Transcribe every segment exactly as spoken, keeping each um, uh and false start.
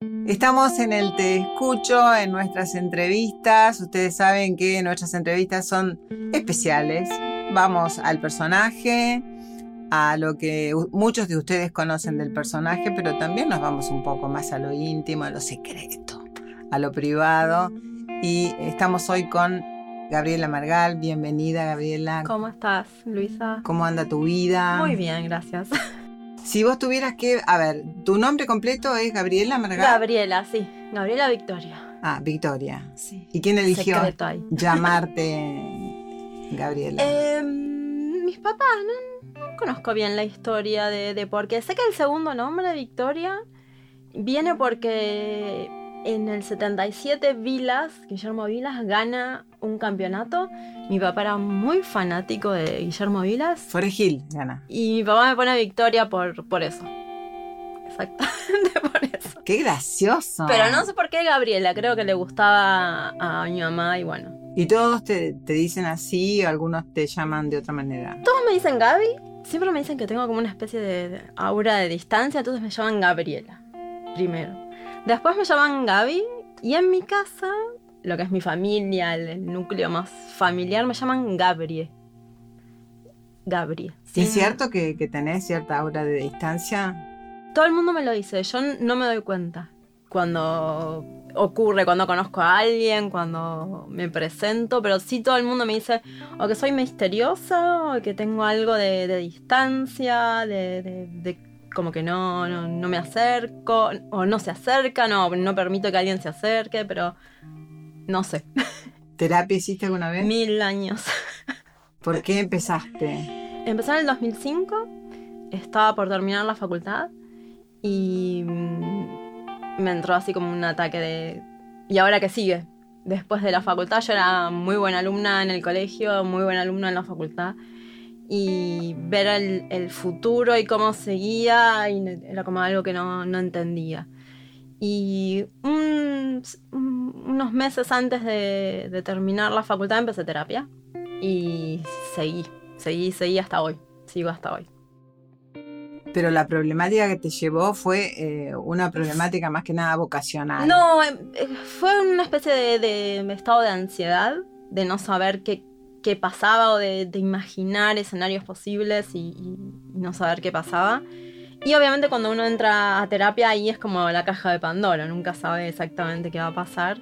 Estamos en el Te Escucho, en nuestras entrevistas. Ustedes saben que nuestras entrevistas son especiales. Vamos al personaje, a lo que muchos de ustedes conocen del personaje, pero también nos vamos un poco más a lo íntimo, a lo secreto, a lo privado. Y estamos hoy con Gabriela Margal. Bienvenida, Gabriela. ¿Cómo estás, Luisa? ¿Cómo anda tu vida? Muy bien, gracias. Si vos tuvieras que... A ver, ¿tu nombre completo es Gabriela Margal? Gabriela, sí. Gabriela Victoria. Ah, Victoria. Sí. ¿Y quién eligió Secreto ahí. llamarte Gabriela? Eh, mis papás, no, no conozco bien la historia de, de por qué. Sé que el segundo nombre, Victoria, viene porque en el setenta y siete Vilas, Guillermo Vilas, gana un campeonato. Mi papá era muy fanático de Guillermo Vilas. Forest Hill gana. Y mi papá me pone Victoria por, por eso. Exactamente por eso. ¡Qué gracioso! Pero no sé por qué Gabriela, creo que le gustaba a mi mamá y bueno. ¿Y todos te, te dicen así o algunos te llaman de otra manera? Todos me dicen Gaby, siempre me dicen que tengo como una especie de, de aura de distancia, entonces me llaman Gabriela, primero. Después me llaman Gaby y en mi casa, lo que es mi familia, el, el núcleo más familiar, me llaman Gabrie. Gabrie. ¿Sí? ¿Es cierto que, que tenés cierta aura de distancia? Todo el mundo me lo dice, yo no me doy cuenta. Cuando ocurre, cuando conozco a alguien, cuando me presento, pero sí todo el mundo me dice o que soy misteriosa o que tengo algo de, de distancia, de, de, de como que no, no, no me acerco, o no se acerca, no, no permito que alguien se acerque, pero no sé. ¿Terapia hiciste alguna vez? Mil años. ¿Por qué empezaste? Empecé en el dos mil cinco, estaba por terminar la facultad y me entró así como un ataque de... ¿Y ahora qué sigue? Después de la facultad, yo era muy buena alumna en el colegio, muy buena alumna en la facultad, y ver el, el futuro y cómo seguía y era como algo que no, no entendía. Y un, un, unos meses antes de, de terminar la facultad empecé terapia y seguí, seguí, seguí hasta hoy, sigo hasta hoy. Pero la problemática que te llevó fue eh, una problemática más que nada vocacional. No, eh, fue una especie de, de estado de ansiedad, de no saber qué, qué pasaba o de, de imaginar escenarios posibles y, y no saber qué pasaba. Y obviamente cuando uno entra a terapia ahí es como la caja de Pandora, nunca sabe exactamente qué va a pasar.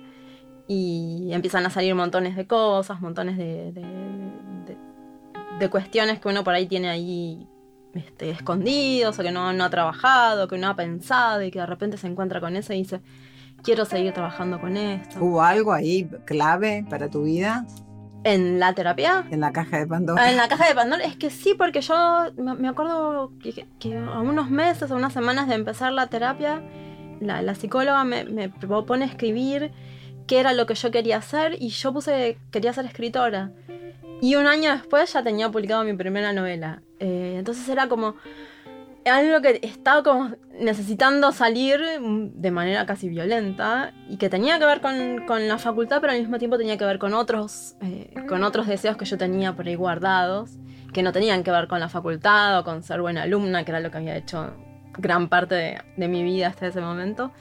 Y empiezan a salir montones de cosas, montones de, de, de, de cuestiones que uno por ahí tiene ahí Este, escondidos o que no, no ha trabajado, que no ha pensado y que de repente se encuentra con eso y dice quiero seguir trabajando con esto. ¿Hubo algo ahí clave para tu vida? ¿En la terapia? En la caja de Pandora. En la caja de Pandora, es que sí, porque yo me acuerdo que, que a unos meses o unas semanas de empezar la terapia, la, la psicóloga me, me propone escribir qué era lo que yo quería hacer y yo puse quería ser escritora. Y un año después ya tenía publicado mi primera novela. Eh, entonces era como algo que estaba como necesitando salir de manera casi violenta y que tenía que ver con, con la facultad, pero al mismo tiempo tenía que ver con otros, eh, con otros deseos que yo tenía por ahí guardados, que no tenían que ver con la facultad o con ser buena alumna, que era lo que había hecho gran parte de, de mi vida hasta ese momento.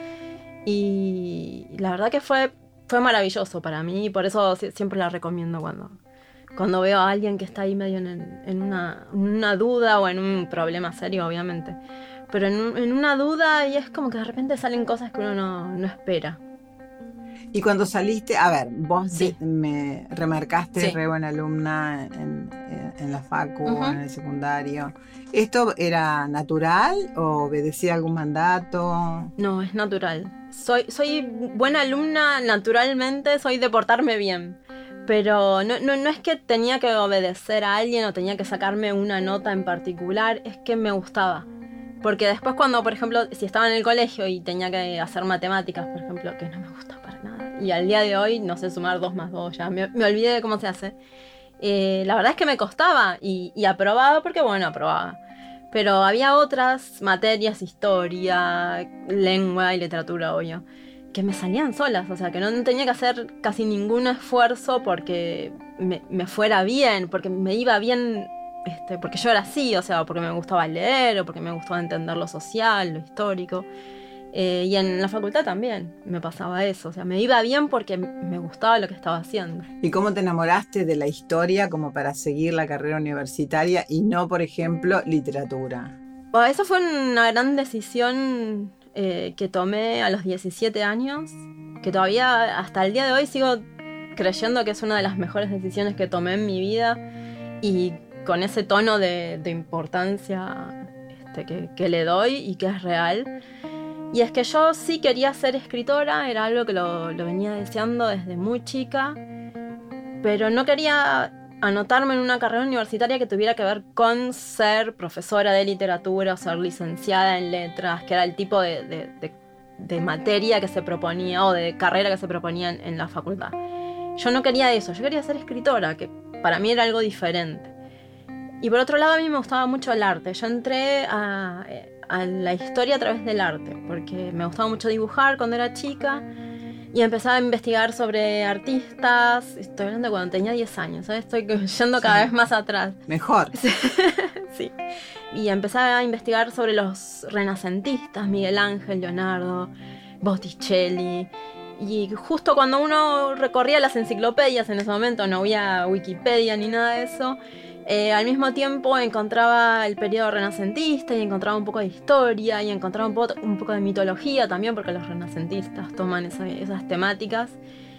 Y la verdad que fue, fue maravilloso para mí y por eso siempre la recomiendo cuando... Cuando veo a alguien que está ahí medio en, en una, una duda o en un problema serio, obviamente. Pero en, un, en una duda y es como que de repente salen cosas que uno no, no espera. Y cuando saliste, a ver, vos sí. de, me remarcaste sí. re buena alumna en, en, en la facu, uh-huh. en el secundario. ¿Esto era natural o obedecía algún mandato? No, es natural. Soy, soy buena alumna naturalmente, soy de portarme bien. Pero no, no, no es que tenía que obedecer a alguien o tenía que sacarme una nota en particular, es que me gustaba. Porque después cuando, por ejemplo, si estaba en el colegio y tenía que hacer matemáticas, por ejemplo, que no me gusta para nada, y al día de hoy no sé sumar dos más dos, ya me, me olvidé de cómo se hace, eh, la verdad es que me costaba y, y aprobaba porque, bueno, aprobaba. Pero había otras materias, historia, lengua y literatura, obvio, que me salían solas, o sea, que no tenía que hacer casi ningún esfuerzo porque me, me fuera bien, porque me iba bien, este, porque yo era así, o sea, porque me gustaba leer o porque me gustaba entender lo social, lo histórico. Eh, y en la facultad también me pasaba eso, o sea, me iba bien porque me gustaba lo que estaba haciendo. ¿Y cómo te enamoraste de la historia como para seguir la carrera universitaria y no, por ejemplo, literatura? Bueno, eso fue una gran decisión eh, que tomé a los diecisiete años, que todavía hasta el día de hoy sigo creyendo que es una de las mejores decisiones que tomé en mi vida, y con ese tono de, de importancia este, que, que le doy y que es real. Y es que yo sí quería ser escritora, era algo que lo, lo venía deseando desde muy chica, pero no quería anotarme en una carrera universitaria que tuviera que ver con ser profesora de literatura o ser licenciada en letras, que era el tipo de, de, de, de materia que se proponía o de carrera que se proponía en, en la facultad. Yo no quería eso, yo quería ser escritora, que para mí era algo diferente. Y por otro lado, a mí me gustaba mucho el arte. Yo entré a... a la historia a través del arte, porque me gustaba mucho dibujar cuando era chica y empezaba a investigar sobre artistas. Estoy hablando de cuando tenía diez años, ¿sabes? Estoy yendo cada sí. vez más atrás. Mejor. Sí. Sí. Y empecé a investigar sobre los renacentistas, Miguel Ángel, Leonardo, Botticelli. Y justo cuando uno recorría las enciclopedias, en ese momento no había Wikipedia ni nada de eso, Eh, al mismo tiempo encontraba el periodo renacentista y encontraba un poco de historia y encontraba un poco, un poco de mitología también, porque los renacentistas toman esa, esas temáticas.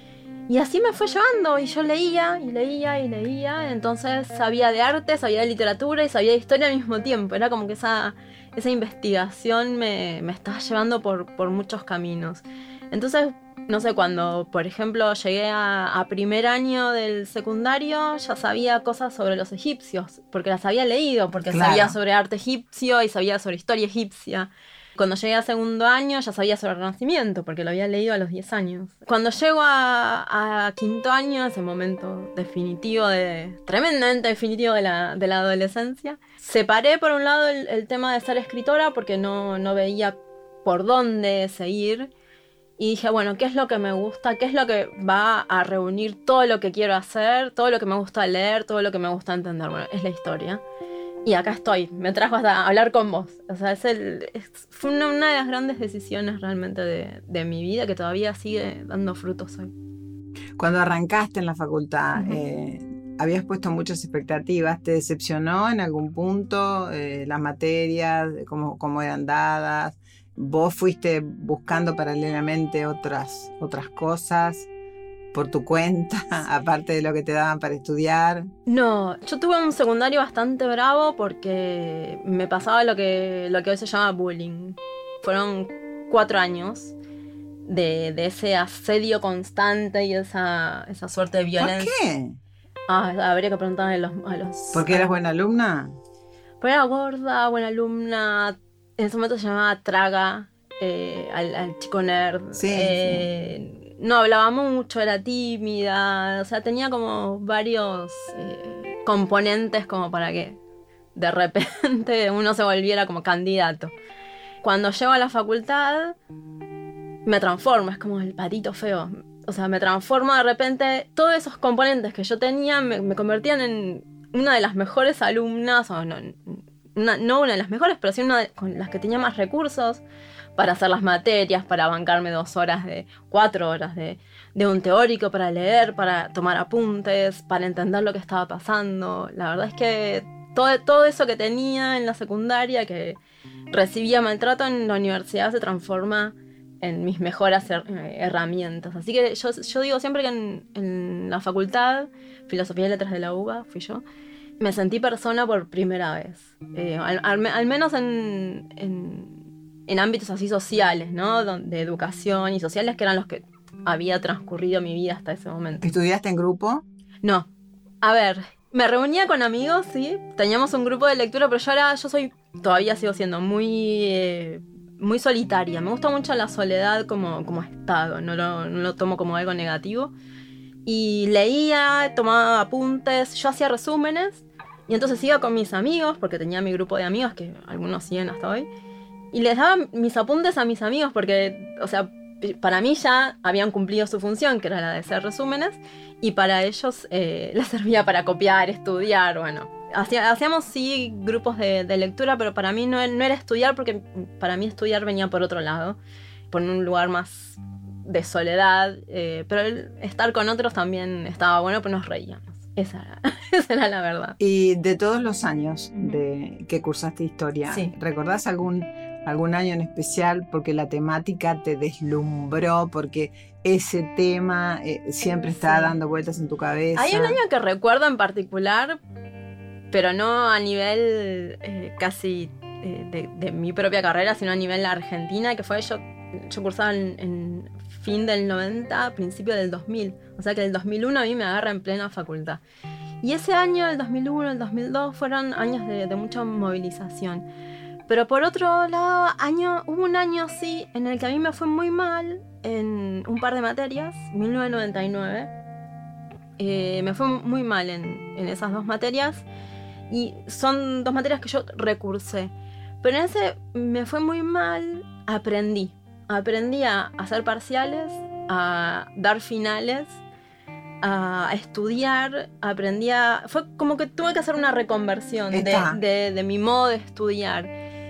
Y así me fue llevando, y yo leía y leía y leía, entonces sabía de arte, sabía de literatura y sabía de historia al mismo tiempo. Era como que esa, esa investigación me, me estaba llevando por, por muchos caminos. Entonces, no sé, cuando, por ejemplo, llegué a, a primer año del secundario, ya sabía cosas sobre los egipcios, porque las había leído, porque claro. sabía sobre arte egipcio y sabía sobre historia egipcia. Cuando llegué a segundo año ya sabía sobre el Renacimiento, porque lo había leído a los diez años. Cuando llego a, a quinto año, ese momento definitivo, de, tremendamente definitivo de la, de la adolescencia, separé por un lado el, el tema de ser escritora, porque no, no veía por dónde seguir. Y dije, bueno, ¿qué es lo que me gusta? ¿Qué es lo que va a reunir todo lo que quiero hacer? Todo lo que me gusta leer, todo lo que me gusta entender. Bueno, es la historia. Y acá estoy, me trajo hasta hablar con vos. O sea, es el, es, fue una, una de las grandes decisiones realmente de, de mi vida, que todavía sigue dando frutos hoy. Cuando arrancaste en la facultad, uh-huh. eh, habías puesto muchas expectativas. ¿Te decepcionó en algún punto eh, las materias, cómo, cómo eran dadas? ¿Vos fuiste buscando paralelamente otras, otras cosas por tu cuenta, aparte de lo que te daban para estudiar? No, yo tuve un secundario bastante bravo porque me pasaba lo que, lo que hoy se llama bullying. Fueron cuatro años de, de ese asedio constante y esa, esa suerte de violencia. ¿Por qué? Ah, habría que preguntarle a los... A los ¿Por qué eras buena alumna? Porque era gorda, buena alumna. En ese momento se llamaba Traga, eh, al, al chico nerd. Sí, eh, sí. No hablaba mucho, era tímida. O sea, tenía como varios eh, componentes como para que de repente uno se volviera como candidato. Cuando llego a la facultad, me transformo, es como el patito feo. O sea, me transformo de repente. Todos esos componentes que yo tenía me, me convertían en una de las mejores alumnas, o no... Una, no una de las mejores, pero sí una de, con las que tenía más recursos para hacer las materias, para bancarme dos horas de, cuatro horas de, de un teórico para leer, para tomar apuntes, para entender lo que estaba pasando. La verdad es que todo, todo eso que tenía en la secundaria, que recibía maltrato en la universidad, se transforma en mis mejores her- herramientas. Así que yo, yo digo siempre que en, en la facultad, Filosofía y Letras de la U B A, fui yo, me sentí persona por primera vez. Eh, al, al, al menos en, en, en ámbitos así sociales, ¿no? De educación y sociales, que eran los que había transcurrido mi vida hasta ese momento. ¿Estudiaste en grupo? No. A ver, me reunía con amigos, sí. Teníamos un grupo de lectura, pero yo ahora, yo soy, todavía sigo siendo muy, eh, muy solitaria. Me gusta mucho la soledad como, como estado, no lo, no lo tomo como algo negativo. Y leía, tomaba apuntes, yo hacía resúmenes. Y entonces iba con mis amigos, porque tenía mi grupo de amigos, que algunos siguen hasta hoy, y les daba mis apuntes a mis amigos, porque, o sea, para mí ya habían cumplido su función, que era la de hacer resúmenes, y para ellos eh, les servía para copiar, estudiar, bueno. Hacía, hacíamos sí grupos de, de lectura, pero para mí no, no era estudiar, porque para mí estudiar venía por otro lado. por un lugar más de soledad, eh, pero el estar con otros también estaba bueno, pues nos reíamos. Esa era, esa era la verdad. Y de todos los años de que cursaste historia, sí. ¿recordás algún, algún año en especial porque la temática te deslumbró, porque ese tema eh, siempre está sí. dando vueltas en tu cabeza? Hay un año que recuerdo en particular, pero no a nivel eh, casi eh, de, de mi propia carrera, sino a nivel argentina, que fue yo, yo cursaba en, en fin del noventa, principio del dos mil. O sea que el dos mil uno a mí me agarra en plena facultad. Y ese año, el dos mil uno, el dos mil dos, fueron años de, de mucha movilización. Pero por otro lado, año, hubo un año así en el que a mí me fue muy mal en un par de materias, mil novecientos noventa y nueve. Eh, me fue muy mal en, en esas dos materias. Y son dos materias que yo recursé. Pero en ese me fue muy mal, aprendí. Aprendí a hacer parciales, a dar finales, a estudiar, aprendí a... Fue como que tuve que hacer una reconversión de, de, de mi modo de estudiar.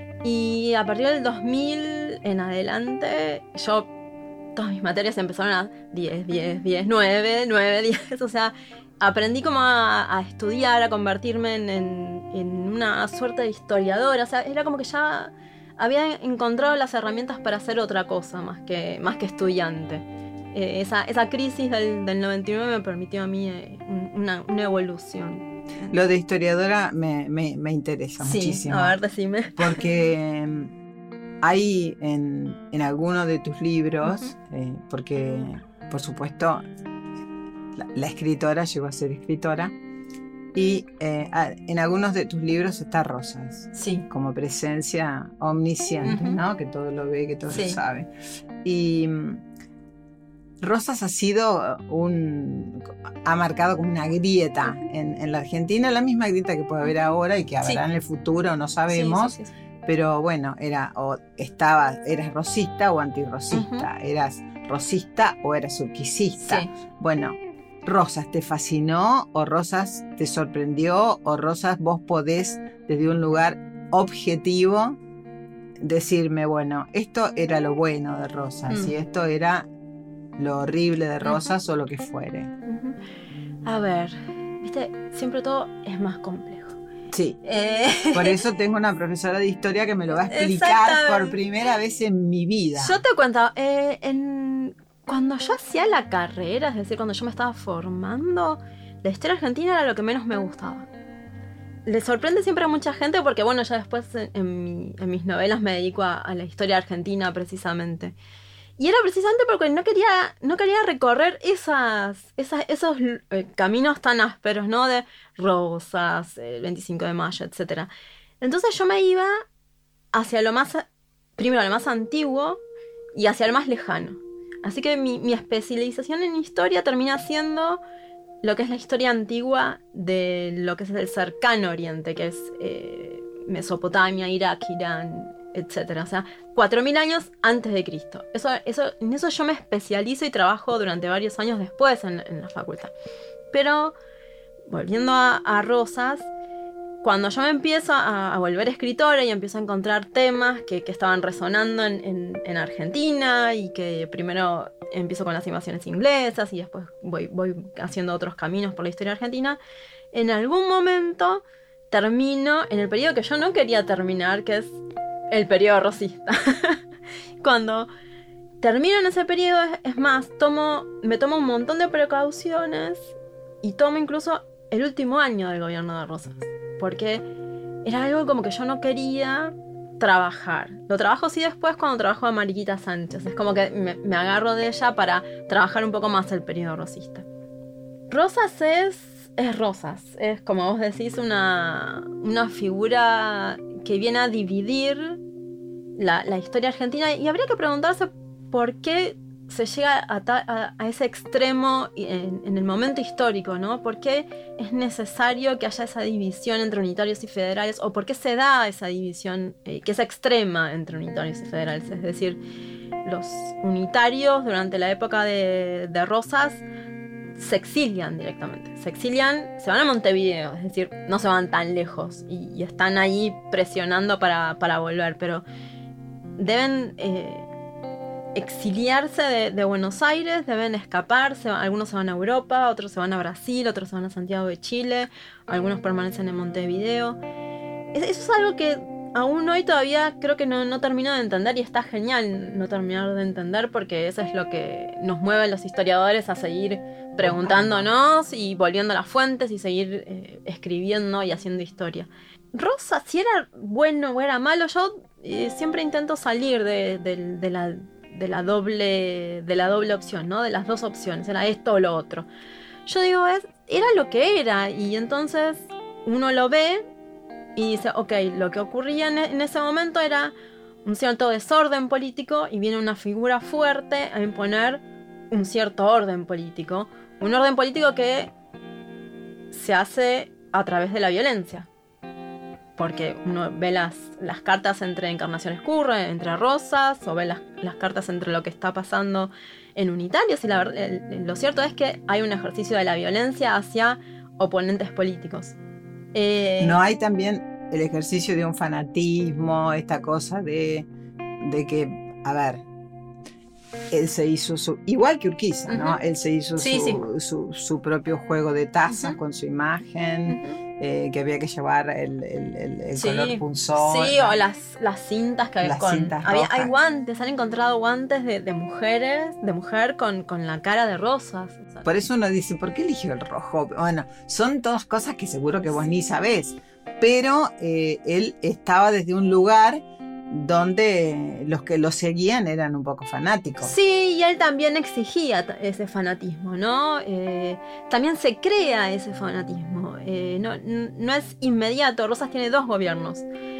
Y a partir del dos mil en adelante, yo... Todas mis materias empezaron a diez, diez, diez, nueve, nueve, diez. O sea, aprendí como a, a estudiar, a convertirme en, en, en una suerte de historiadora. O sea, era como que ya había encontrado las herramientas para hacer otra cosa más que, más que estudiante. Eh, esa, esa crisis del, del noventa y nueve me permitió a mí eh, una, una evolución. Lo de historiadora me, me, me interesa sí, muchísimo. A ver, decime. Porque hay en, en alguno de tus libros, uh-huh. eh, porque por supuesto la, la escritora llegó a ser escritora, y eh, en algunos de tus libros está Rosas, sí. como presencia omnisciente, uh-huh. ¿no? Que todo lo ve, que todo sí. lo sabe. Y Rosas ha sido un... ha marcado como una grieta en, en la Argentina, la misma grieta que puede haber ahora y que habrá sí. en el futuro, no sabemos. Sí, sí, sí, sí. Pero bueno, era o estabas, eras rosista o antirrosista, uh-huh. eras rosista o eras urquicista. Sí. Bueno, Rosas te fascinó o Rosas te sorprendió o Rosas vos podés desde un lugar objetivo decirme, bueno, esto era lo bueno de Rosas uh-huh. y esto era lo horrible de Rosas uh-huh. o lo que fuere. Uh-huh. A ver, viste, siempre todo es más complejo. Sí, eh. por eso tengo una profesora de historia que me lo va a explicar por primera vez en mi vida. Yo te cuento, eh, en, cuando yo hacía la carrera, es decir, cuando yo me estaba formando, la historia argentina era lo que menos me gustaba. Le sorprende siempre a mucha gente porque, bueno, ya después en, en, mi, en mis novelas me dedico a, a la historia argentina precisamente. Y era precisamente porque no quería, no quería recorrer esas, esas, esos eh, caminos tan ásperos, ¿no? De Rosas, el veinticinco de mayo, etcétera. Entonces yo me iba hacia lo más, primero lo más antiguo y hacia lo más lejano. Así que mi, mi especialización en historia termina siendo lo que es la historia antigua de lo que es el cercano oriente, que es eh, Mesopotamia, Irak, Irán, etcétera. O sea, cuatro mil años antes de Cristo. Eso, eso, en eso yo me especializo y trabajo durante varios años después en, en la facultad. Pero, volviendo a, a Rosas, cuando yo me empiezo a, a volver escritora y empiezo a encontrar temas que, que estaban resonando en, en, en Argentina y que primero empiezo con las invasiones inglesas y después voy, voy haciendo otros caminos por la historia argentina, en algún momento termino en el periodo que yo no quería terminar, que es el periodo rosista. Cuando termino en ese periodo, es más, tomo, me tomo un montón de precauciones y tomo incluso el último año del gobierno de Rosas, porque era algo como que yo no quería trabajar. Lo trabajo sí después cuando trabajo a Mariquita Sánchez. Es como que me, me agarro de ella para trabajar un poco más el periodo rosista. Rosas es, es Rosas. Es, como vos decís, una, una figura que viene a dividir la, la historia argentina, y habría que preguntarse por qué se llega a, ta, a, a ese extremo en, en el momento histórico, ¿no? ¿Por qué es necesario que haya esa división entre unitarios y federales? ¿O por qué se da esa división eh, que es extrema entre unitarios y federales? Es decir, los unitarios durante la época de, de Rosas se exilian directamente. Se exilian, se van a Montevideo, es decir, no se van tan lejos y, y están ahí presionando para, para volver, pero deben... Eh, exiliarse de, de Buenos Aires, deben escapar, se, algunos se van a Europa, otros se van a Brasil, otros se van a Santiago de Chile, algunos permanecen en Montevideo. Eso es algo que aún hoy todavía creo que no, no termino de entender, y está genial no terminar de entender, porque eso es lo que nos mueve a los historiadores a seguir preguntándonos y volviendo a las fuentes y seguir eh, escribiendo y haciendo historia. Rosa, si era bueno o era malo, yo eh, siempre intento salir de, de, de, la, de, la doble, de la doble opción, ¿no? De las dos opciones, era esto o lo otro. Yo digo, es, era lo que era, y entonces uno lo ve y dice, ok, lo que ocurría en, en ese momento era un cierto desorden político, y viene una figura fuerte a imponer un cierto orden político. Un orden político que se hace a través de la violencia. Porque uno ve las, las cartas entre Encarnación Escurra, entre Rosas, o ve las, las cartas entre lo que está pasando en Unitarios, y la, el, lo cierto es que hay un ejercicio de la violencia hacia oponentes políticos. Eh, ¿No hay también el ejercicio de un fanatismo, esta cosa de, de que, a ver, él se hizo su, igual que Urquiza, ¿no? Uh-huh. Él se hizo sí, su, sí. Su, su propio juego de tazas uh-huh. con su imagen, uh-huh. eh, que había que llevar el, el, el, el sí. color punzón. Sí, o las, las cintas que las con, cintas había, hay guantes, han encontrado guantes de, de mujeres, de mujer con, con la cara de rosas. Por eso uno dice, ¿por qué eligió el rojo? Bueno, son todas cosas que seguro que vos ni sabés, pero eh, él estaba desde un lugar donde los que lo seguían eran un poco fanáticos. Sí, y él también exigía ese fanatismo, ¿no? Eh, también se crea ese fanatismo. Eh, no, no es inmediato. Rosas tiene dos gobiernos.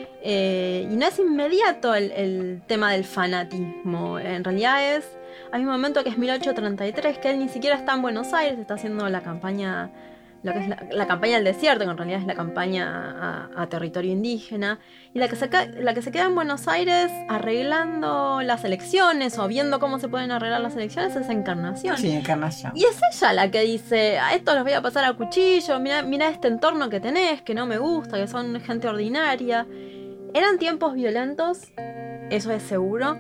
Eh, y no es inmediato el, el tema del fanatismo. En realidad es... Hay un momento que es mil ochocientos treinta y tres, que él ni siquiera está en Buenos Aires, está haciendo la campaña... lo que es la, la campaña del desierto, que en realidad es la campaña a, a territorio indígena, y la que, se, la que se queda en Buenos Aires arreglando las elecciones o viendo cómo se pueden arreglar las elecciones es Encarnación. Sí, Encarnación. Y es ella la que dice, a esto los voy a pasar a cuchillo, mira, mira este entorno que tenés, que no me gusta, que son gente ordinaria. Eran tiempos violentos, eso es seguro.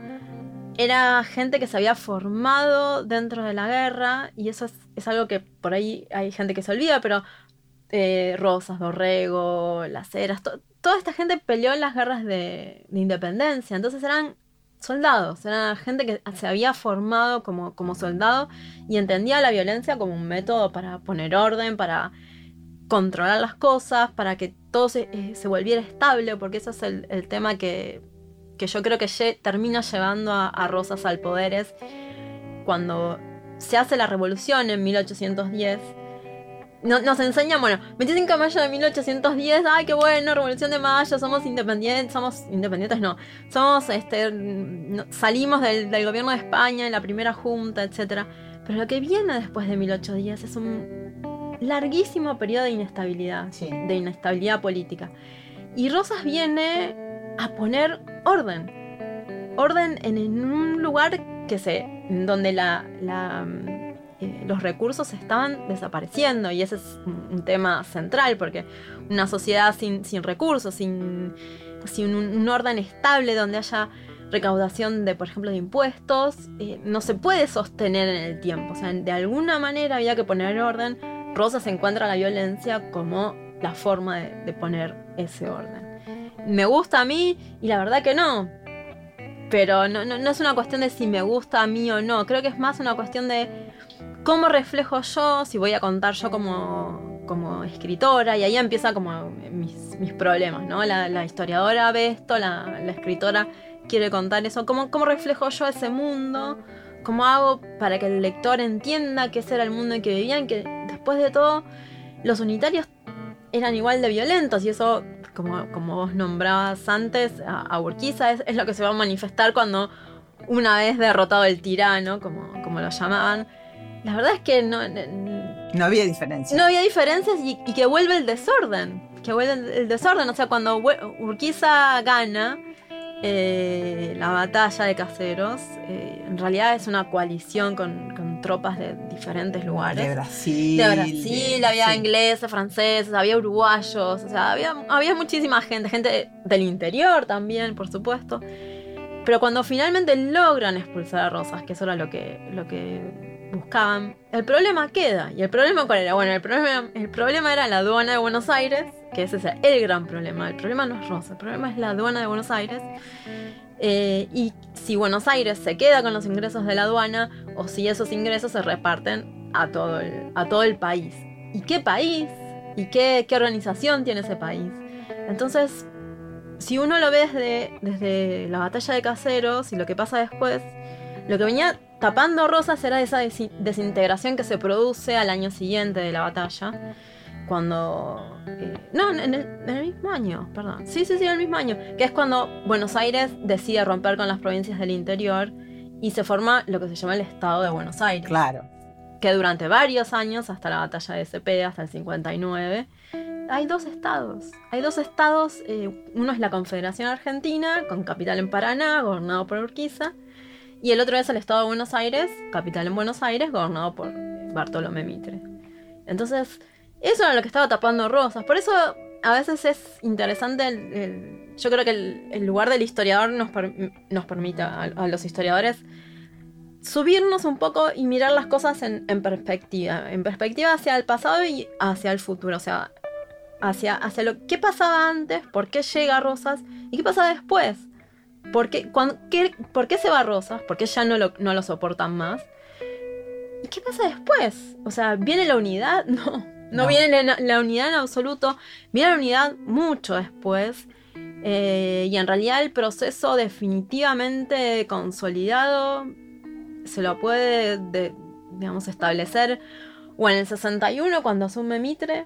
Era gente que se había formado dentro de la guerra, y eso es, es algo que por ahí hay gente que se olvida, pero eh, Rosas, Dorrego, Las Heras, to, toda esta gente peleó en las guerras de, de independencia. Entonces eran soldados, era gente que se había formado como, como soldado y entendía la violencia como un método para poner orden, para controlar las cosas, para que todo se, eh, se volviera estable, porque ese es el, el tema que... que yo creo que lle- termina llevando a, a Rosas al poder, es cuando se hace la revolución en mil ochocientos diez. No, nos enseñan, bueno, veinticinco de mayo de mil ochocientos diez, ay, qué bueno, revolución de mayo, somos independientes, somos independientes, no, somos, este, no, salimos del, del gobierno de España en la primera junta, etcétera. Pero lo que viene después de mil ochocientos diez es un larguísimo periodo de inestabilidad, sí. de inestabilidad política. Y Rosas viene a poner orden. Orden en, en un lugar que se, en donde la, la, eh, los recursos estaban desapareciendo, y ese es un, un tema central, porque una sociedad sin, sin recursos, sin, sin un, un orden estable donde haya recaudación de, por ejemplo, de impuestos, eh, no se puede sostener en el tiempo. O sea, de alguna manera había que poner orden. Rosas encuentra la violencia como la forma de, de poner ese orden. Me gusta a mí, y la verdad que no. Pero no, no, no es una cuestión de si me gusta a mí o no. Creo que es más una cuestión de cómo reflejo yo, si voy a contar yo como, como escritora. Y ahí empieza como mis, mis problemas, ¿no? La, la historiadora ve esto, la, la escritora quiere contar eso. ¿Cómo, cómo reflejo yo ese mundo? ¿Cómo hago para que el lector entienda que ese era el mundo en que vivían? Que después de todo, los unitarios eran igual de violentos, y eso... Como, como vos nombrabas antes, a, a Urquiza es, es lo que se va a manifestar cuando, una vez derrotado el tirano, como, como lo llamaban, la verdad es que no, no, no había diferencias. No había diferencias y, y que vuelve el desorden. Que vuelve el, el desorden. O sea, cuando Urquiza gana eh, la batalla de Caseros, eh, en realidad es una coalición con, con tropas de diferentes lugares. De Brasil. De Brasil, de, había sí. ingleses, franceses, había uruguayos, o sea, había, había muchísima gente, gente del interior también, por supuesto. pero cuando finalmente logran expulsar a Rosas, que eso era lo que, lo que buscaban, el problema queda. ¿Y el problema cuál era? Bueno, el problema, el problema era la aduana de Buenos Aires, que ese es el gran problema. El problema no es Rosas, el problema es la aduana de Buenos Aires. Eh, y si Buenos Aires se queda con los ingresos de la aduana, o si esos ingresos se reparten a todo el, a todo el país. ¿Y qué país? ¿Y qué, qué organización tiene ese país? Entonces, si uno lo ve desde, desde la batalla de Caseros y lo que pasa después, lo que venía tapando Rosas era esa des- desintegración que se produce al año siguiente de la batalla, cuando... Eh, no, en el, en el mismo año, perdón. Sí, sí, sí, en el mismo año, que es cuando Buenos Aires decide romper con las provincias del interior y se forma lo que se llama el Estado de Buenos Aires. Claro. Que durante varios años, hasta la batalla de Cepeda, hasta el cincuenta y nueve, hay dos estados. Hay dos estados, eh, uno es la Confederación Argentina, con capital en Paraná, gobernado por Urquiza, y el otro es el Estado de Buenos Aires, capital en Buenos Aires, gobernado por Bartolomé Mitre. Entonces, eso era lo que estaba tapando Rosas. Por eso, a veces es interesante, el, el, yo creo que el, el lugar del historiador nos, per, nos permite a, a los historiadores subirnos un poco y mirar las cosas en, en perspectiva. En perspectiva hacia el pasado y hacia el futuro. O sea, hacia, hacia lo que pasaba antes, por qué llega Rosas y qué pasa después. ¿Por qué, cuando, qué, ¿por qué se va Rosas? ¿Por qué ya no lo, no lo soportan más? ¿Y qué pasa después? O sea, ¿viene la unidad? No, no, no. viene la, la unidad en absoluto. Viene la unidad mucho después. Eh, y en realidad el proceso definitivamente consolidado se lo puede, de, digamos, establecer o en el sesenta y uno, cuando asume Mitre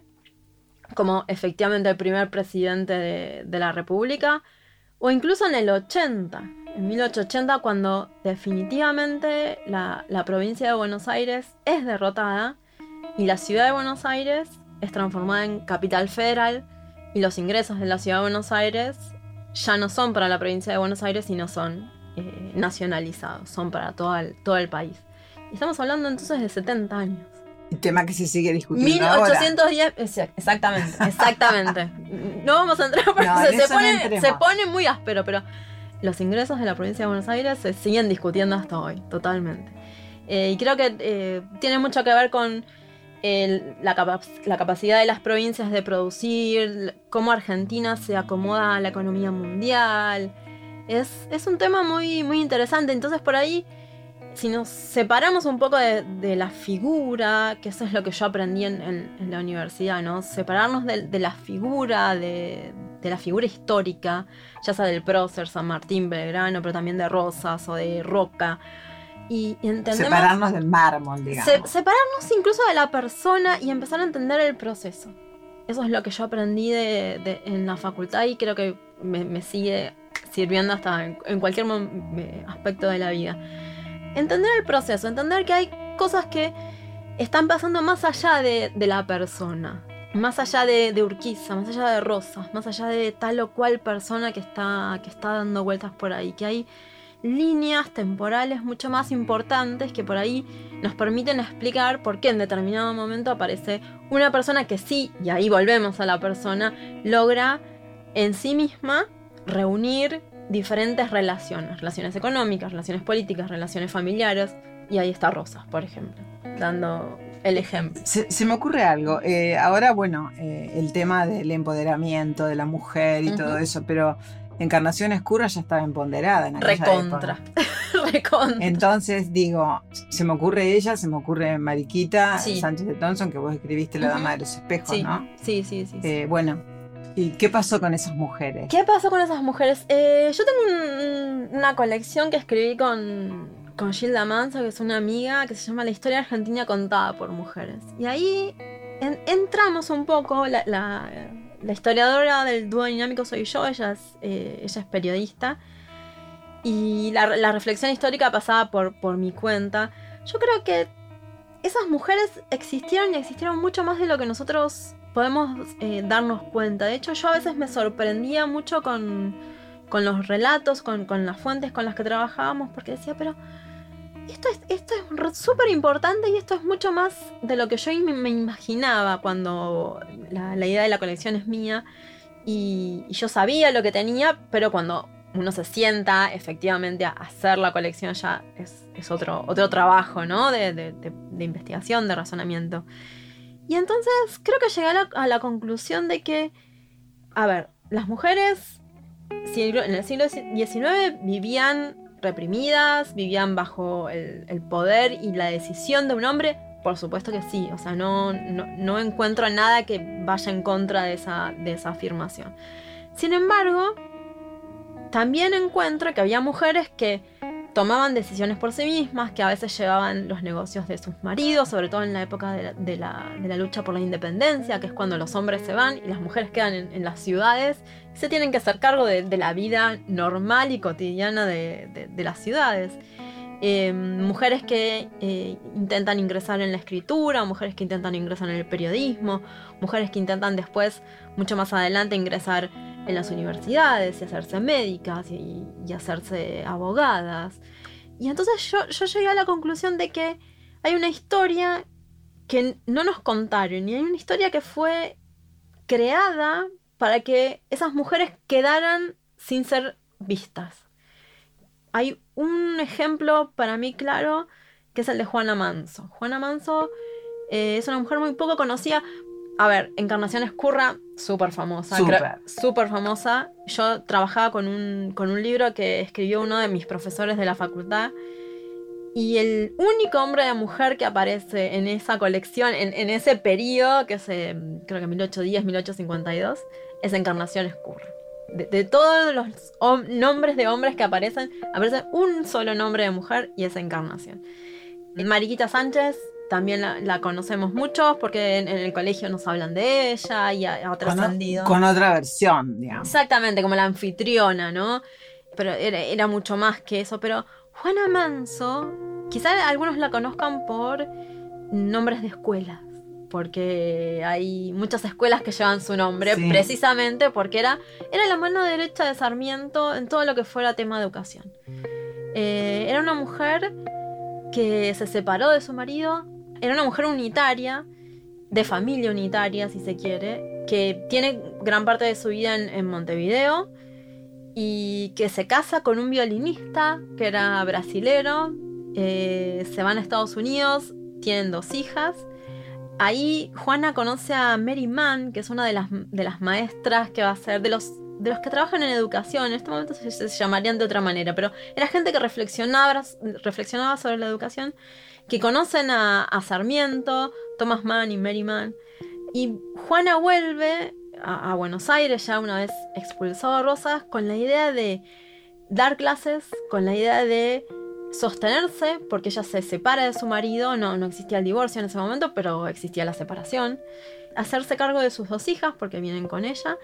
como efectivamente el primer presidente de, de la República, o incluso en el ochenta, en mil ochocientos ochenta, cuando definitivamente la, la provincia de Buenos Aires es derrotada y la ciudad de Buenos Aires es transformada en capital federal y los ingresos de la ciudad de Buenos Aires ya no son para la provincia de Buenos Aires, sino son Eh, nacionalizados, son para todo el, todo el país. Y estamos hablando entonces de setenta años. El tema que se sigue discutiendo mil ochocientos diez, ahora. Exactamente, exactamente. No vamos a entrar porque no, se, se, pone, no se pone muy áspero, pero los ingresos de la provincia de Buenos Aires se siguen discutiendo hasta hoy, totalmente. Eh, y creo que eh, tiene mucho que ver con el, la, capa- la capacidad de las provincias de producir, cómo Argentina se acomoda a la economía mundial. Es, es un tema muy, muy interesante. Entonces, por ahí, si nos separamos un poco de, de la figura, que eso es lo que yo aprendí en, en, en la universidad, ¿no? Separarnos de, de la figura, de, de la figura histórica, ya sea del prócer, San Martín, Belgrano, pero también de Rosas o de Roca. Y, y entendemos, separarnos del mármol, digamos. Se, separarnos incluso de la persona y empezar a entender el proceso. Eso es lo que yo aprendí de, de, en la facultad y creo que me, me sigue sirviendo hasta en, en cualquier aspecto de la vida. Entender el proceso, entender que hay cosas que están pasando más allá de, de la persona, más allá de, de Urquiza, más allá de Rosas, más allá de tal o cual persona que está, que está dando vueltas por ahí, que hay líneas temporales mucho más importantes que por ahí nos permiten explicar por qué en determinado momento aparece una persona que sí, y ahí volvemos a la persona, logra en sí misma reunir diferentes relaciones, relaciones económicas, relaciones políticas, relaciones familiares, y ahí está Rosas, por ejemplo, dando el ejemplo. Se, se me ocurre algo, eh, ahora bueno, eh, el tema del empoderamiento de la mujer y uh-huh. todo eso, pero Encarnación Escurra ya estaba empoderada en aquella Recontra. Recontra. Entonces digo, se me ocurre ella, se me ocurre Mariquita sí. Sánchez de Thompson, que vos escribiste La uh-huh. Dama de los Espejos, sí. ¿no? Sí, sí, sí. sí. Eh, bueno, ¿y qué pasó con esas mujeres? ¿Qué pasó con esas mujeres? Eh, yo tengo un, una colección que escribí con, con Gilda Manso, que es una amiga, que se llama La historia argentina contada por mujeres. Y ahí en, entramos un poco, la, la, la historiadora del dúo dinámico soy yo, ella es, eh, ella es periodista, y la, la reflexión histórica pasaba por, por mi cuenta. Yo creo que esas mujeres existieron y existieron mucho más de lo que nosotros podemos eh, darnos cuenta. De hecho, yo a veces me sorprendía mucho con, con los relatos, con, con las fuentes con las que trabajábamos, porque decía, pero esto es esto es súper importante y esto es mucho más de lo que yo me, me imaginaba cuando la, la idea de la colección es mía y, y yo sabía lo que tenía, pero cuando uno se sienta efectivamente a hacer la colección, ya es, es otro, otro trabajo, ¿no? De, de, de, de investigación, de razonamiento. Y entonces creo que llegué a la, a la conclusión de que, a ver, las mujeres en el siglo diecinueve vivían reprimidas, vivían bajo el, el poder y la decisión de un hombre. Por supuesto que sí, o sea, no, no, no encuentro nada que vaya en contra de esa, de esa afirmación. Sin embargo, también encuentro que había mujeres que tomaban decisiones por sí mismas, que a veces llevaban los negocios de sus maridos, sobre todo en la época de la, de la, de la lucha por la independencia, que es cuando los hombres se van y las mujeres quedan en, en las ciudades y se tienen que hacer cargo de, de la vida normal y cotidiana de, de, de las ciudades. Eh, mujeres que eh, intentan ingresar en la escritura, mujeres que intentan ingresar en el periodismo, mujeres que intentan después, mucho más adelante, ingresar en las universidades y hacerse médicas y, y hacerse abogadas. Y entonces yo, yo llegué a la conclusión de que hay una historia que no nos contaron y hay una historia que fue creada para que esas mujeres quedaran sin ser vistas. Hay un ejemplo para mí claro, que es el de Juana Manso. Juana Manso eh, es una mujer muy poco conocida. A ver, Encarnación Ezcurra, súper famosa. Súper. Súper famosa. Yo trabajaba con un, con un libro que escribió uno de mis profesores de la facultad. Y el único hombre de mujer que aparece en esa colección, en, en ese periodo, que es eh, creo que mil ochocientos diez a mil ochocientos cincuenta y dos, es Encarnación Ezcurra. De, de todos los hom- nombres de hombres que aparecen, aparece un solo nombre de mujer y es Encarnación. Mariquita Sánchez también la, la conocemos mucho porque en, en el colegio nos hablan de ella y ha, ha trascendido. Con, con otra versión, digamos. Exactamente, como la anfitriona, ¿no? Pero era, era mucho más que eso. Pero Juana Manso, quizás algunos la conozcan por nombres de escuelas, porque hay muchas escuelas que llevan su nombre, sí, precisamente porque era, era la mano derecha de Sarmiento en todo lo que fuera tema de educación. Eh, era una mujer que se separó de su marido, era una mujer unitaria, de familia unitaria, si se quiere, que tiene gran parte de su vida en, en Montevideo y que se casa con un violinista que era brasilero, eh, se van a Estados Unidos, tienen dos hijas. Ahí Juana conoce a Mary Mann, que es una de las, de las maestras que va a ser, de los, de los que trabajan en educación, en este momento se, se llamarían de otra manera, pero era gente que reflexionaba, reflexionaba sobre la educación, que conocen a, a Sarmiento, Thomas Mann y Mary Mann. Y Juana vuelve a, a Buenos Aires, ya una vez expulsado a Rosas, con la idea de dar clases, con la idea de sostenerse, porque ella se separa de su marido, no, no existía el divorcio en ese momento, pero existía la separación, hacerse cargo de sus dos hijas, porque vienen con ella,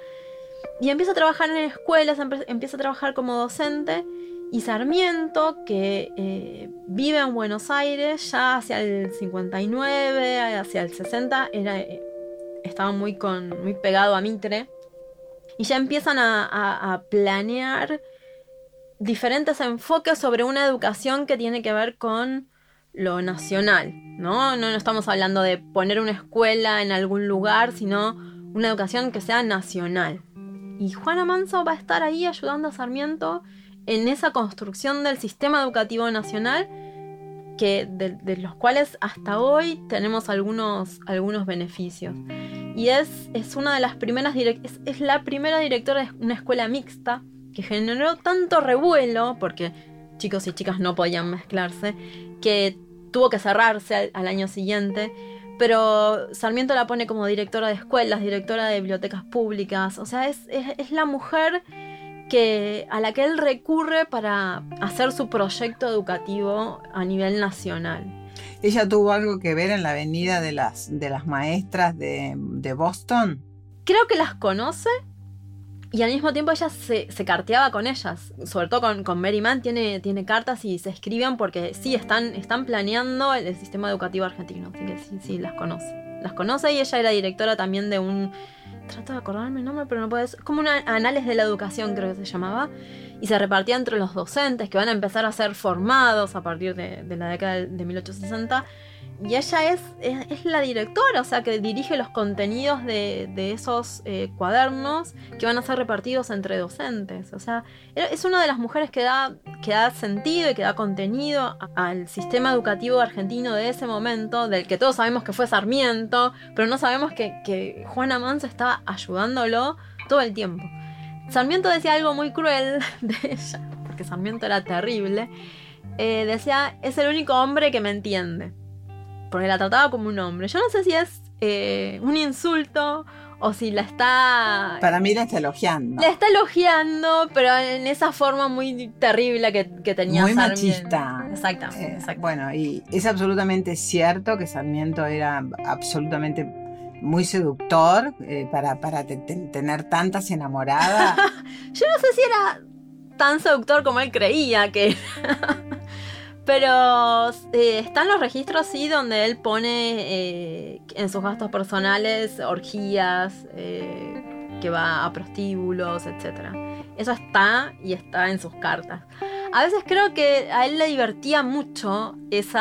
y empieza a trabajar en escuelas, empieza a trabajar como docente, y Sarmiento, que eh, vive en Buenos Aires, ya hacia el cincuenta y nueve, hacia el sesenta, era, eh, estaba muy, con, muy pegado a Mitre, y ya empiezan a, a, a planear diferentes enfoques sobre una educación que tiene que ver con lo nacional, ¿no? No, no estamos hablando de poner una escuela en algún lugar, sino una educación que sea nacional. Y Juana Manso va a estar ahí ayudando a Sarmiento en esa construcción del sistema educativo nacional, que de, de los cuales hasta hoy tenemos algunos, algunos beneficios. Y es, es una de las primeras direct- es, es la primera directora de una escuela mixta, que generó tanto revuelo, porque chicos y chicas no podían mezclarse, que tuvo que cerrarse al, al año siguiente, pero Sarmiento la pone como directora de escuelas, directora de bibliotecas públicas, o sea, es, es, es la mujer que, a la que él recurre para hacer su proyecto educativo a nivel nacional. ¿Ella tuvo algo que ver en la venida de las, de las maestras de, de Boston? Creo que las conoce. Y al mismo tiempo ella se, se carteaba con ellas, sobre todo con, con Mary Mann, tiene, tiene cartas y se escriben porque sí, están, están planeando el, el sistema educativo argentino, así que sí, sí, las conoce. Las conoce y ella era directora también de un, trato de acordarme el nombre, pero no puedo decir, como un Anales de la Educación creo que se llamaba, y se repartía entre los docentes que van a empezar a ser formados a partir de, de la década de mil ochocientos sesenta. Y ella es, es, es la directora, o sea, que dirige los contenidos de, de esos eh, cuadernos que van a ser repartidos entre docentes. O sea, es una de las mujeres que da, que da sentido y que da contenido al sistema educativo argentino de ese momento, del que todos sabemos que fue Sarmiento, pero no sabemos que, que Juana Manso estaba ayudándolo todo el tiempo. Sarmiento decía algo muy cruel de ella, porque Sarmiento era terrible. Eh, decía, es el único hombre que me entiende. Porque la trataba como un hombre. Yo no sé si es eh, un insulto o si la está... Para mí la está elogiando. La está elogiando, pero en esa forma muy terrible que, que tenía muy Sarmiento. Machista. Exactamente, Eh, exactamente. Bueno, y es absolutamente cierto que Sarmiento era absolutamente muy seductor eh, para, para te, te, tener tantas enamoradas. Yo no sé si era tan seductor como él creía que pero eh, están los registros, sí, donde él pone eh, en sus gastos personales orgías, eh, que va a prostíbulos, etcétera. Eso está y está en sus cartas. A veces creo que a él le divertía mucho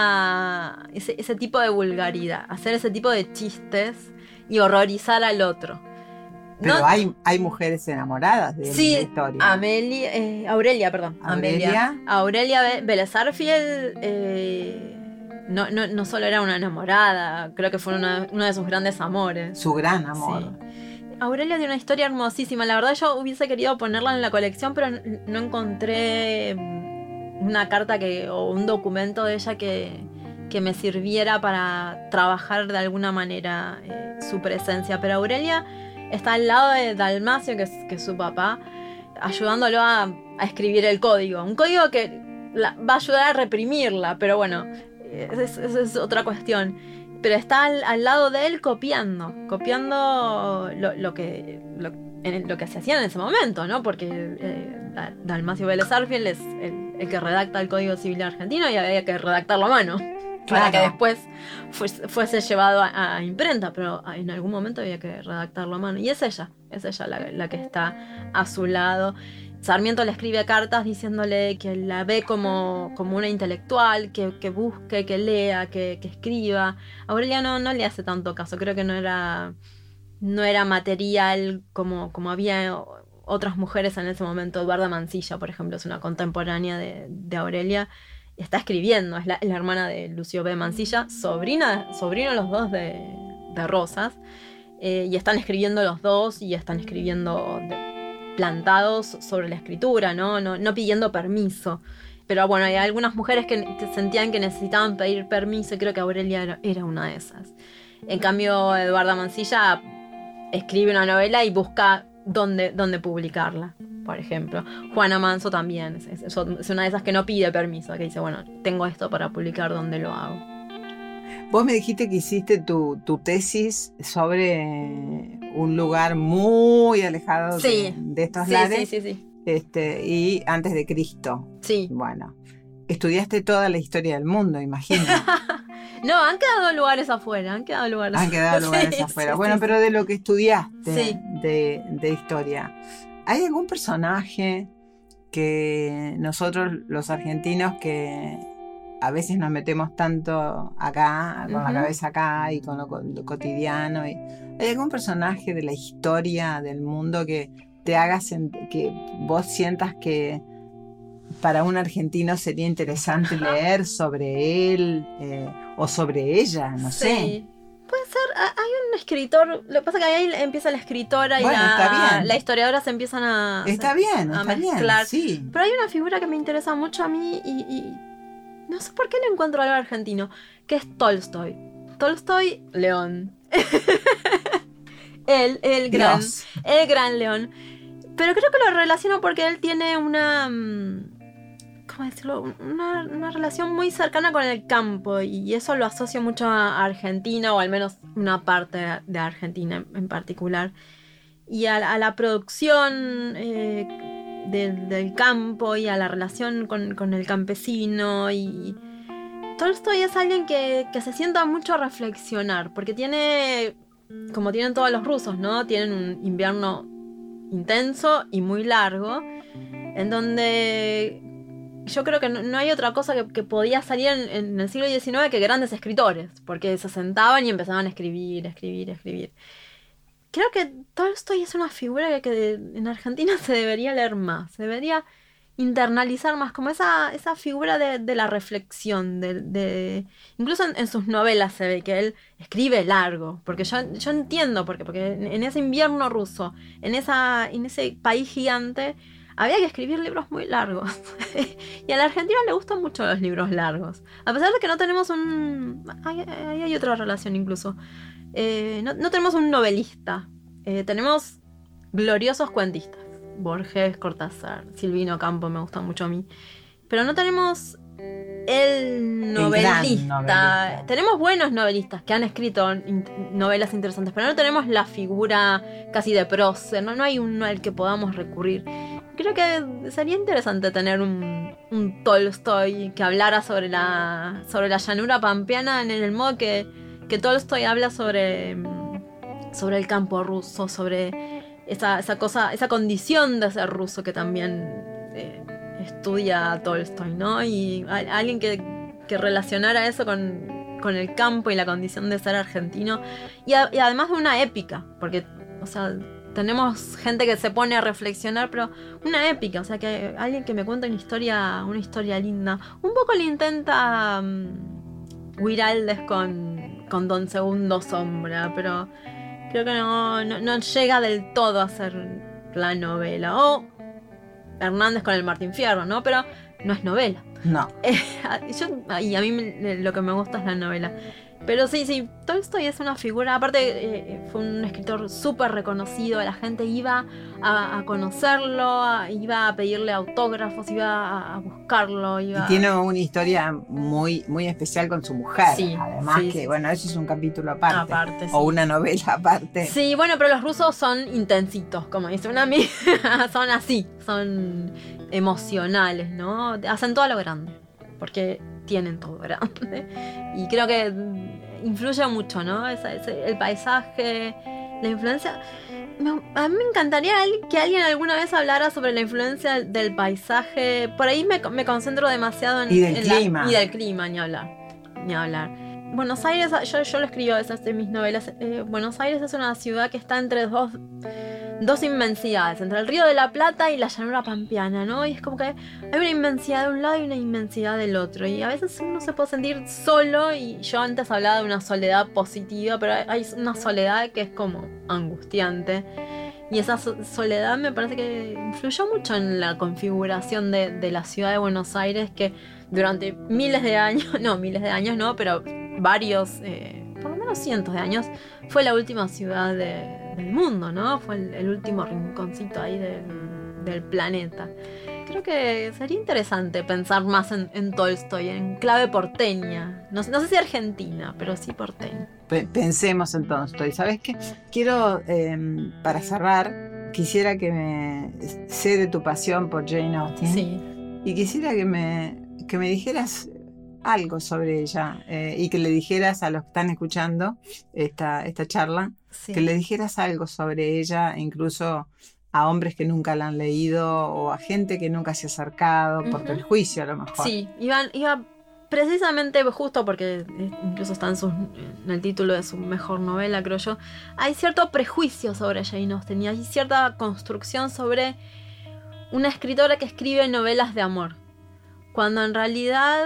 esa, ese, ese tipo de vulgaridad, hacer ese tipo de chistes y horrorizar al otro. Pero no, hay, hay mujeres enamoradas de sí, la historia. Amelia, eh, Aurelia, perdón. Aurelia. Amelia. Aurelia Vélez Sarsfield eh, no, no, no solo era una enamorada, creo que fue una, uno de sus grandes amores. Su gran amor. Sí. Aurelia tiene una historia hermosísima. La verdad yo hubiese querido ponerla en la colección, pero no encontré una carta que, o un documento de ella que, que me sirviera para trabajar de alguna manera eh, su presencia. Pero Aurelia está al lado de Dalmacio, que es, que es su papá, ayudándolo a, a escribir el código. Un código que la, va a ayudar a reprimirla, pero bueno, esa es, es, es otra cuestión. Pero está al, al lado de él copiando, copiando lo, lo, que, lo, en lo que se hacía en ese momento, ¿no? Porque eh, Dalmacio Vélez Sarsfield es el, el que redacta el Código Civil argentino y había que redactarlo a mano. Claro. Para que después fuese, fuese llevado a, a imprenta, pero en algún momento había que redactarlo a mano. Y es ella, es ella la, la que está a su lado. Sarmiento le escribe cartas diciéndole que la ve como, como una intelectual, que, que busque, que lea, que, que escriba. Aurelia no, no le hace tanto caso, creo que no era, no era material como, como había otras mujeres en ese momento. Eduarda Mansilla, por ejemplo, es una contemporánea de, de Aurelia. Está escribiendo, es la, es la hermana de Lucio B. Mansilla, sobrina, sobrino los dos de, de Rosas, eh, y están escribiendo los dos y están escribiendo de, plantados sobre la escritura, ¿no? No, no pidiendo permiso. Pero bueno, hay algunas mujeres que, que sentían que necesitaban pedir permiso y creo que Aurelia era, era una de esas. En cambio, Eduarda Mansilla escribe una novela y busca dónde, dónde publicarla. Por ejemplo, Juana Manso también es, es, es una de esas que no pide permiso, que dice, bueno, tengo esto para publicar, ¿dónde lo hago? Vos me dijiste que hiciste tu, tu tesis sobre un lugar muy alejado sí. de, de estos sí, lares. Sí, sí, sí. Este, y antes de Cristo. Sí. Bueno, estudiaste toda la historia del mundo, imagino. No, han quedado lugares afuera, han quedado lugares Han quedado lugares sí, afuera. Sí, bueno, sí, pero sí. de lo que estudiaste sí. de, de historia, ¿hay algún personaje que nosotros los argentinos que a veces nos metemos tanto acá, con uh-huh. la cabeza acá y con lo, con lo cotidiano? Y, ¿hay algún personaje de la historia del mundo que te haga sent- que vos sientas que para un argentino sería interesante leer sobre él eh, o sobre ella? No sí. sé. Puede ser, hay un escritor, lo que pasa es que ahí empieza la escritora y bueno, la, está bien. la historiadora se empiezan a, está bien, a está mezclar. Bien, sí. Pero hay una figura que me interesa mucho a mí y, y no sé por qué le encuentro algo argentino, que es Tolstoy. Tolstoy, León. él, el gran, Dios. el gran León. Pero creo que lo relaciono porque él tiene una... ¿cómo decirlo? Una, una relación muy cercana con el campo y eso lo asocio mucho a Argentina, o al menos una parte de Argentina en particular, y a, a la producción eh, de, del campo y a la relación con, con el campesino. Y Tolstoy es alguien que, que se sienta mucho a reflexionar, porque tiene, como tienen todos los rusos, ¿no? Tienen un invierno intenso y muy largo. en donde yo creo que no, no hay otra cosa que, que podía salir en, en el siglo diecinueve que grandes escritores, porque se sentaban y empezaban a escribir, escribir, escribir. Creo que Tolstoy es una figura que, que en Argentina se debería leer más, se debería internalizar más, como esa, esa figura de, de la reflexión, de, de incluso en, en sus novelas se ve que él escribe largo, porque yo, yo entiendo, porque, porque en, en ese invierno ruso, en, esa, en ese país gigante, había que escribir libros muy largos. Y a la Argentina le gustan mucho los libros largos, a pesar de que no tenemos un... Ahí hay, hay otra relación incluso. Eh, no, no tenemos un novelista, eh, tenemos gloriosos cuentistas. Borges, Cortázar, Silvino Campo me gustan mucho a mí. Pero no tenemos el novelista. El novelista. Tenemos buenos novelistas que han escrito in- novelas interesantes, pero no tenemos la figura casi de prócer, no, no hay uno al que podamos recurrir. Creo que sería interesante tener un, un Tolstoy que hablara sobre la, sobre la llanura pampeana en el modo que, que Tolstoy habla sobre, sobre el campo ruso, sobre esa, esa cosa, esa condición de ser ruso que también eh, estudia Tolstoy, ¿no? Y a, alguien que, que relacionara eso con, con el campo y la condición de ser argentino, y, a, y además de una épica, porque, o sea, tenemos gente que se pone a reflexionar, pero una épica, o sea, que alguien que me cuenta una historia, una historia linda. Un poco le intenta um, Guiraldes con, con Don Segundo Sombra, pero creo que no, no, no llega del todo a ser la novela. O Hernández con el Martín Fierro, ¿no? Pero no es novela. No. Eh, yo, y a mí me, lo que me gusta es la novela. Pero sí, sí, Tolstoy es una figura, aparte eh, fue un escritor súper reconocido, la gente iba a, a conocerlo, a, iba a pedirle autógrafos, iba a, a buscarlo. Iba... Y tiene una historia muy, muy especial con su mujer, sí, además sí, que, sí, bueno, eso es un capítulo aparte, aparte sí. O una novela aparte. Sí, bueno, pero los rusos son intensitos, como dice una amiga, son así, son emocionales, ¿no? Hacen todo a lo grande, porque tienen todo grande. Y creo que influye mucho, ¿no? Esa, ese, el paisaje, la influencia. Me, a mí me encantaría que alguien alguna vez hablara sobre la influencia del paisaje. Por ahí me, me concentro demasiado en, y del en clima. La, y del clima, ni hablar. Ni hablar. Buenos Aires, yo, yo lo escribo esas de mis novelas. Eh, Buenos Aires es una ciudad que está entre dos, dos inmensidades, entre el Río de la Plata y la llanura pampeana, ¿no? Y es como que hay una inmensidad de un lado y una inmensidad del otro. Y a veces uno se puede sentir solo, y yo antes hablaba de una soledad positiva, pero hay una soledad que es como angustiante. Y esa so- soledad me parece que influyó mucho en la configuración de, de la ciudad de Buenos Aires, que durante miles de años, no, miles de años no, pero varios, eh, por lo menos cientos de años, fue la última ciudad de, del mundo, ¿no? Fue el, el último rinconcito ahí del, del planeta. Creo que sería interesante pensar más en, en Tolstoy, en clave porteña. No, no sé si argentina, pero sí porteña. P- pensemos en Tolstoy. ¿Sabes qué? Quiero, eh, para cerrar, quisiera que me... sé de tu pasión por Jane Austen. Sí. Y quisiera que me, que me dijeras algo sobre ella, eh, y que le dijeras a los que están escuchando esta, esta charla, Sí. que le dijeras algo sobre ella, incluso a hombres que nunca la han leído o a gente que nunca se ha acercado, por Ujú. prejuicio a lo mejor. Sí, iba, iba precisamente justo porque eh, incluso está en, sus, en el título de su mejor novela, creo yo. Hay cierto prejuicio sobre Jane Austen y hay cierta construcción sobre una escritora que escribe novelas de amor, cuando en realidad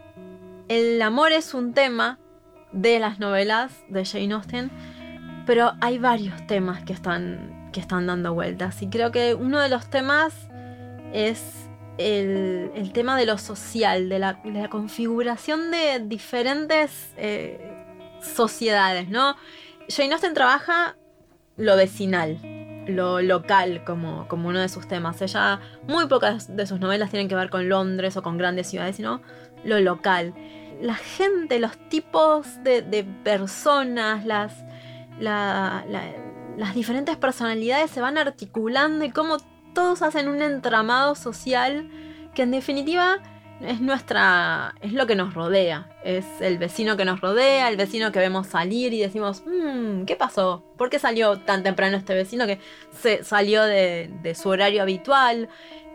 el amor es un tema de las novelas de Jane Austen, pero hay varios temas que están, que están dando vueltas, y creo que uno de los temas es el, el tema de lo social, de la, de la configuración de diferentes eh, sociedades, ¿no? Jane Austen trabaja lo vecinal, lo local como, como uno de sus temas. Ella, muy pocas de sus novelas tienen que ver con Londres o con grandes ciudades, sino lo local. La gente, los tipos de, de personas, las, la, la, las diferentes personalidades se van articulando, y cómo todos hacen un entramado social que en definitiva es nuestra, es lo que nos rodea, es el vecino que nos rodea, el vecino que vemos salir y decimos, mmm, ¿qué pasó? ¿Por qué salió tan temprano este vecino que se salió de, de su horario habitual?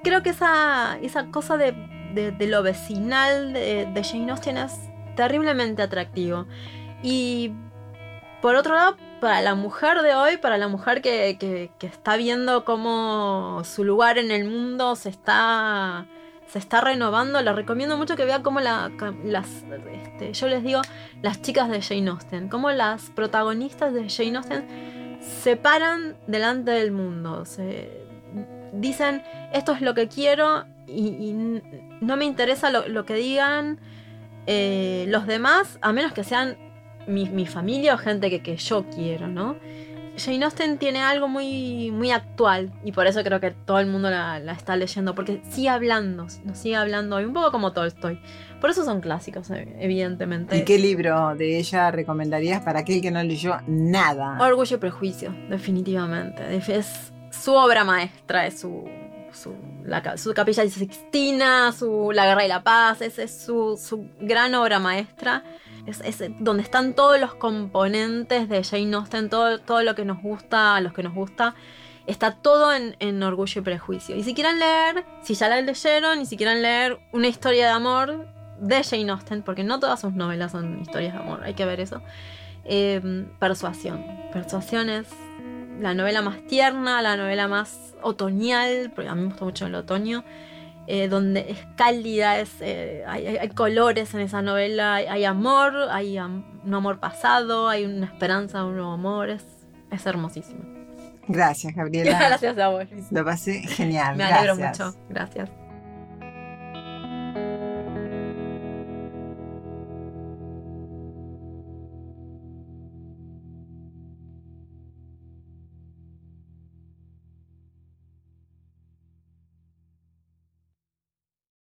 creo que esa, esa cosa de, de, de lo vecinal de, de Jane Austen es terriblemente atractivo. Y por otro lado, para la mujer de hoy, para la mujer que, que, que está viendo cómo su lugar en el mundo se está, se está renovando, les recomiendo mucho que vea cómo la, las, este, yo les digo, las chicas de Jane Austen, cómo las protagonistas de Jane Austen se paran delante del mundo, se dicen, esto es lo que quiero y, y no me interesa lo, lo que digan eh, los demás, a menos que sean Mi, mi familia o gente que, que yo quiero, ¿no? Jane Austen tiene algo muy, muy actual y por eso creo que todo el mundo la, la está leyendo, porque sigue hablando, nos sigue hablando hoy, un poco como Tolstoy. Por eso son clásicos, evidentemente. ¿Y qué libro de ella recomendarías para aquel que no leyó nada? Orgullo y Prejuicio, definitivamente. Es su obra maestra, es su... Su, la, su Capilla Sixtina, su La Guerra y la Paz, esa es su, su gran obra maestra. Es, es donde están todos los componentes de Jane Austen, todo, todo lo que nos gusta, a los que nos gusta, está todo en, en Orgullo y Prejuicio. Y si quieren leer, si ya la leyeron, y si quieren leer una historia de amor de Jane Austen, porque no todas sus novelas son historias de amor, hay que ver eso. Eh, Persuasión. Persuasión es la novela más tierna, la novela más otoñal, porque a mí me gusta mucho el otoño, eh, donde es cálida, es, eh, hay, hay colores en esa novela, hay, hay amor, hay am- un amor pasado, hay una esperanza de un nuevo amor, es, es hermosísimo. Gracias, Gabriela. Gracias a vos. Lo pasé genial. Me alegro Gracias. mucho, gracias.